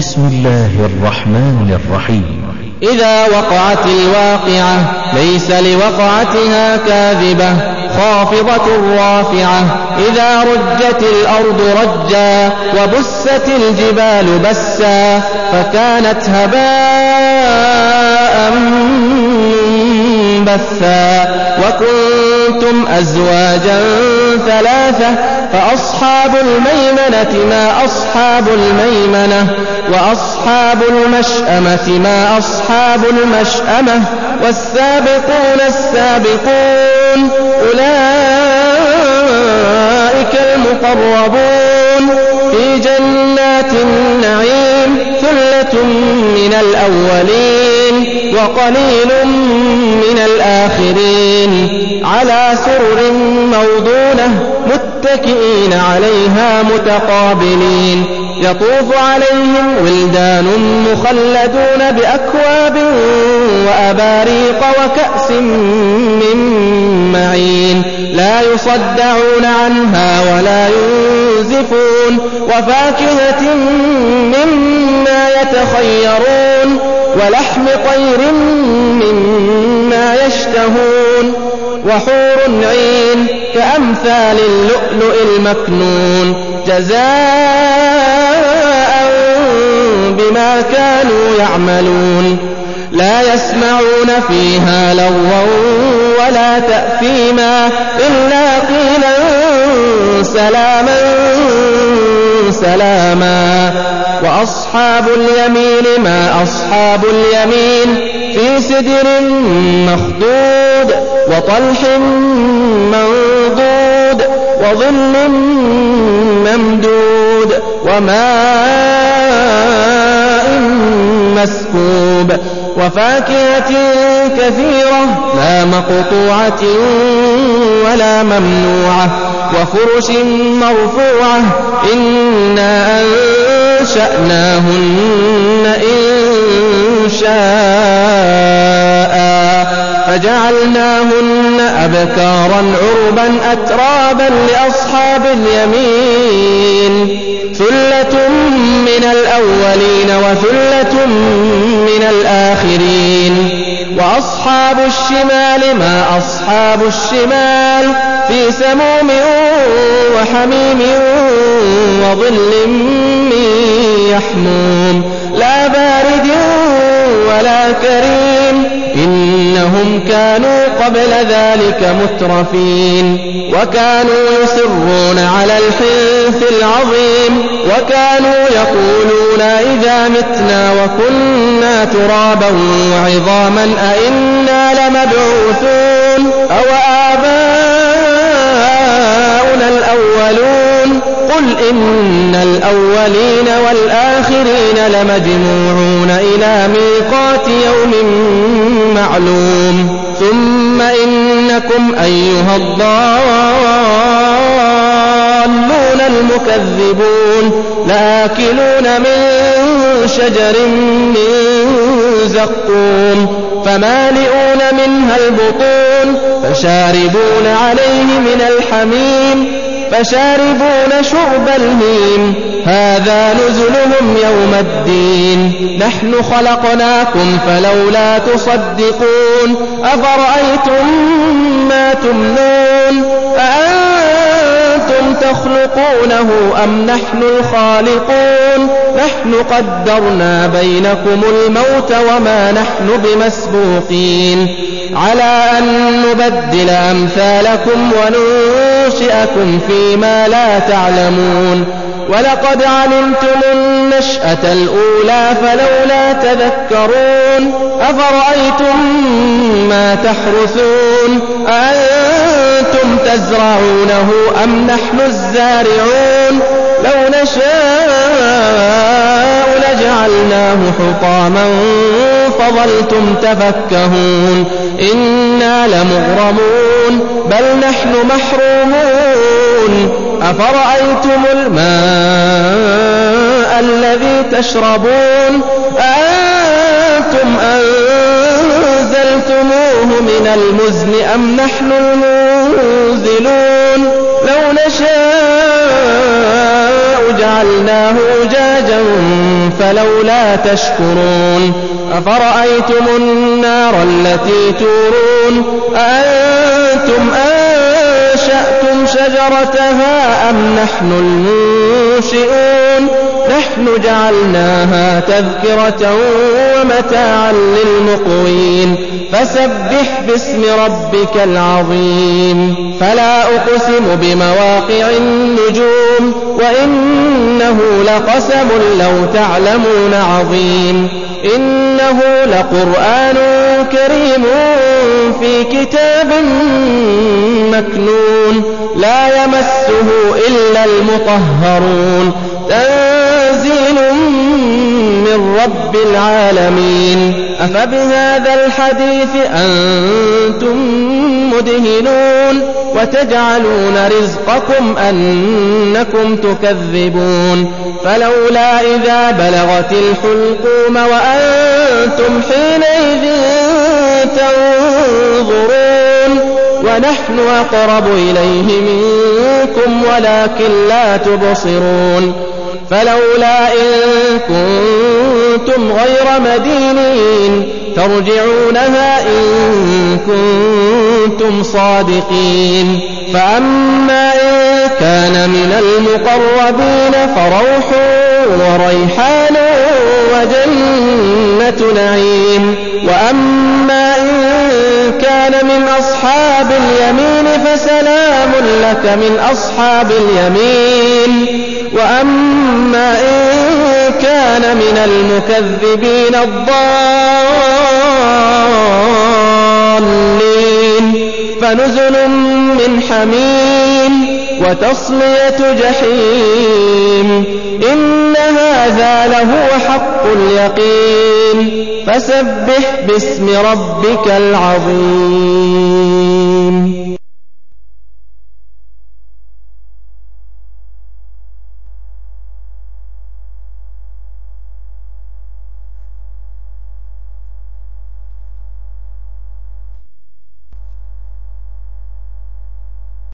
بسم الله الرحمن الرحيم. إذا وقعت الواقعة ليس لوقعتها كاذبة خافضة رافعة. إذا رجت الأرض رجا وبست الجبال بسا فكانت هباء منبثا. وكنتم أزواجا ثلاثة فأصحاب الميمنة ما أصحاب الميمنة وأصحاب المشأمة ما أصحاب المشأمة. والسابقون السابقون أولئك المقربون في جنات النعيم. ثلة من الأولين وقليل من الآخرين. على سرر موضونة متكئين عليها متقابلين. يطوف عليهم ولدان مخلدون بأكواب وأباريق وكأس من معين. لا يصدعون عنها ولا ينزفون. وفاكهة مما يتخيرون ولحم طير مما يشتهون. وحور عين كأمثال اللؤلؤ المكنون جزاء بما كانوا يعملون. لا يسمعون فيها لغوا ولا تأثيما إلا قيلا سلاما سلاما. وأصحاب اليمين ما أصحاب اليمين في سدر مخضود وطلح منضود وظل ممدود وماء مسكوب. وفاكهة كثيرة لا مقطوعة ولا ممنوعة. وفرش مرفوعة إنا أنشأناهن إنشاء فجعلناهن أبكارا عربا أترابا لأصحاب اليمين. ثلة من الأولين وثلة من الآخرين. وأصحاب الشمال ما أصحاب الشمال في سموم وحميم وظل من يحموم لا بارد ولا كريم. إنهم كانوا قبل ذلك مترفين وكانوا يصرون على الحنث العظيم. وكانوا يقولون إذا متنا وكنا ترابا وعظاما أئنا لمبعوثون أو آباؤنا الأولون. قل إن الأولين والآخرين لمجموعون إلى ميقات يوم معلوم. ثم إنكم أيها الضالون المكذبون لآكلون من شجر من زقوم فمالئون منها البطون فشاربون عليه من الحميم فشاربون شرب الهيم. هذا نزلهم يوم الدين. نحن خلقناكم فلولا تصدقون. أفرأيتم ما تمنون أأنتم تخلقونه أم نحن الخالقون. نحن قدرنا بينكم الموت وما نحن بمسبوقين على أن نبدل أمثالكم وننشئكم فيما لا تعلمون. ولقد علمتم النشأة الأولى فلولا تذكرون. أفرأيتم ما تحرثون أأنتم تزرعونه أم نحن الزارعون. لو نشاء لجعلناه حطاما فظلتم تفكهون. إنا لمغرمون بل نحن محرومون. أفرأيتم الماء الذي تشربون أأنتم أنزلتموه من المزن أم نحن المنزلون. لو نشاء جعلناه أجاجا فلولا تشكرون أفرأيتم النار التي تورون أأنتم أنشأتم شجرتها أم نحن المنشئون نحن جعلناها تذكرة ومتاعا للمقوين فسبح باسم ربك العظيم فلا أقسم بمواقع النجوم وإنه لقسم لو تعلمون عظيم إنه لقرآن كريم في كتاب مكنون لا يمسه إلا المطهرون تنزيل من رب العالمين أفبهذا الحديث أنتم مدهنون وتجعلون رزقكم أنكم تكذبون فلولا إذا بلغت الحلقوم وأنتم حينئذ تنظرون ونحن أقرب إليه منكم ولكن لا تبصرون فلولا إن كنتم غير مدينين ترجعونها إن كنتم صادقين فأما إن كان من المقربين فروح وريحان وجنة نعيم وأما إن كان من أصحاب اليمين فسلام لك من أصحاب اليمين وأما إن كان من المكذبين الضالين فنزل من حميم وتصلية جحيم إن هذا لهو حق اليقين فسبح باسم ربك العظيم